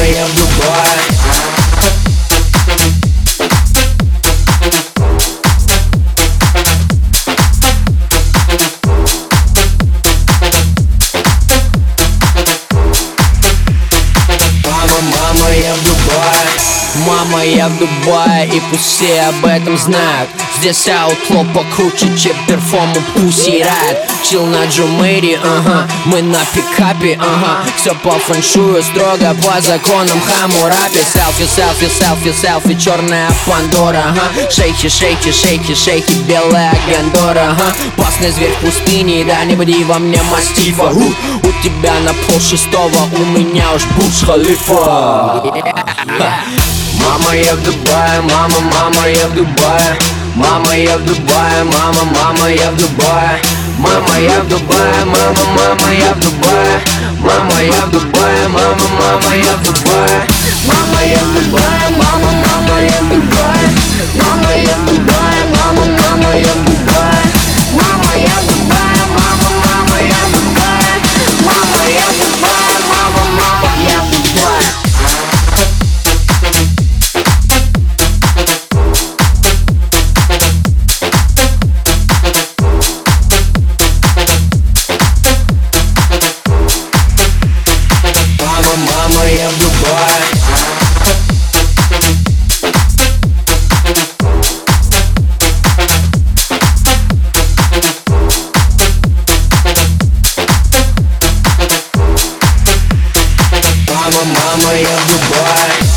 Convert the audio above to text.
я в Дубае. Мама, я в Дубае. Мама, я в Дубае, и пусть все об этом знают. Здесь аутло покруче, чем перформу Pussy Riot. Чил на Джумейре, ага, мы на пикапе, ага. Все по фэншую, строго по законам Хаммурапи. Селфи, селфи, селфи, селфи, черная Пандора, ага. Шейхи, шейхи, шейхи, шейхи, белая Гандора, ага. Пасный зверь в пустыне, да не буди во мне мастифа. У тебя на полшестого, у меня уж Бурдж Халифа. Мама, я в Дубае, мама, мама, я в Дубае. Мама, я в Дубае, мама, мама, я в Дубае. Мама, я в Дубае, мама, мама, я в Дубае. Мама, я в Дубае, мама, мама, я в Дубае. Мама, я в Дубае, мама, мама, я в Дубае. Мама, я в Дубае, мама, мама, я в Дубае. Мама, я в Дубае, мама, мама, я в Дубае. Мама, я в Дубае, мама, мама, я в Дубае. Мама, я в Дубае. Мама, я в Дубае.